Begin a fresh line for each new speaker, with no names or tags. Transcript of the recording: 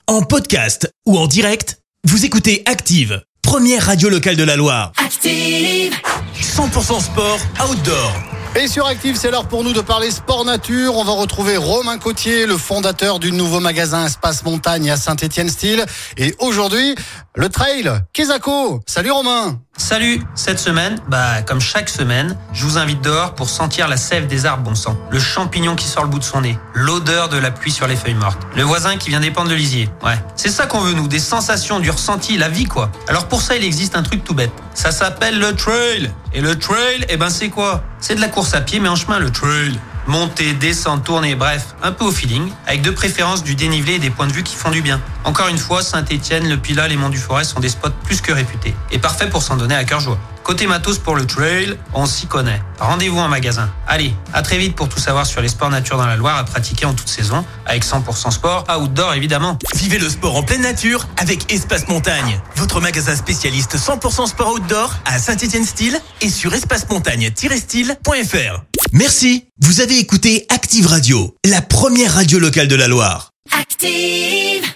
En podcast ou en direct, vous écoutez Active, première radio locale de la Loire. Active 100% sport outdoor.
Et sur Active, c'est l'heure pour nous de parler sport nature. On va retrouver Romain Cotier, le fondateur du nouveau magasin Espace Montagne à Saint-Étienne-Style. Et aujourd'hui, le trail Kézako. Salut Romain.
Salut, cette semaine, comme chaque semaine, je vous invite dehors pour sentir la sève des arbres, bon sang. Le champignon qui sort le bout de son nez, l'odeur de la pluie sur les feuilles mortes, le voisin qui vient d'épandre le lisier. Ouais, c'est ça qu'on veut nous, des sensations, du ressenti, la vie quoi. Alors pour ça, il existe un truc tout bête. Ça s'appelle le trail. Et le trail, c'est quoi ? C'est de la course à pied mais en chemin, le trail. Monter, descendre, tourner, bref, un peu au feeling, avec de préférence du dénivelé et des points de vue qui font du bien. Encore une fois, Saint-Étienne, le Pilat, les Monts du Forêt sont des spots plus que réputés, et parfaits pour s'en donner à cœur joie. Côté matos pour le trail, on s'y connaît. Rendez-vous en magasin. Allez, à très vite pour tout savoir sur les sports nature dans la Loire à pratiquer en toute saison, avec 100% sport, outdoor évidemment.
Vivez le sport en pleine nature avec Espace Montagne, votre magasin spécialiste 100% sport outdoor à Saint-Étienne-Style et sur espacemontagne-style.fr. Merci, vous avez écouté Active Radio, la première radio locale de la Loire.
Active!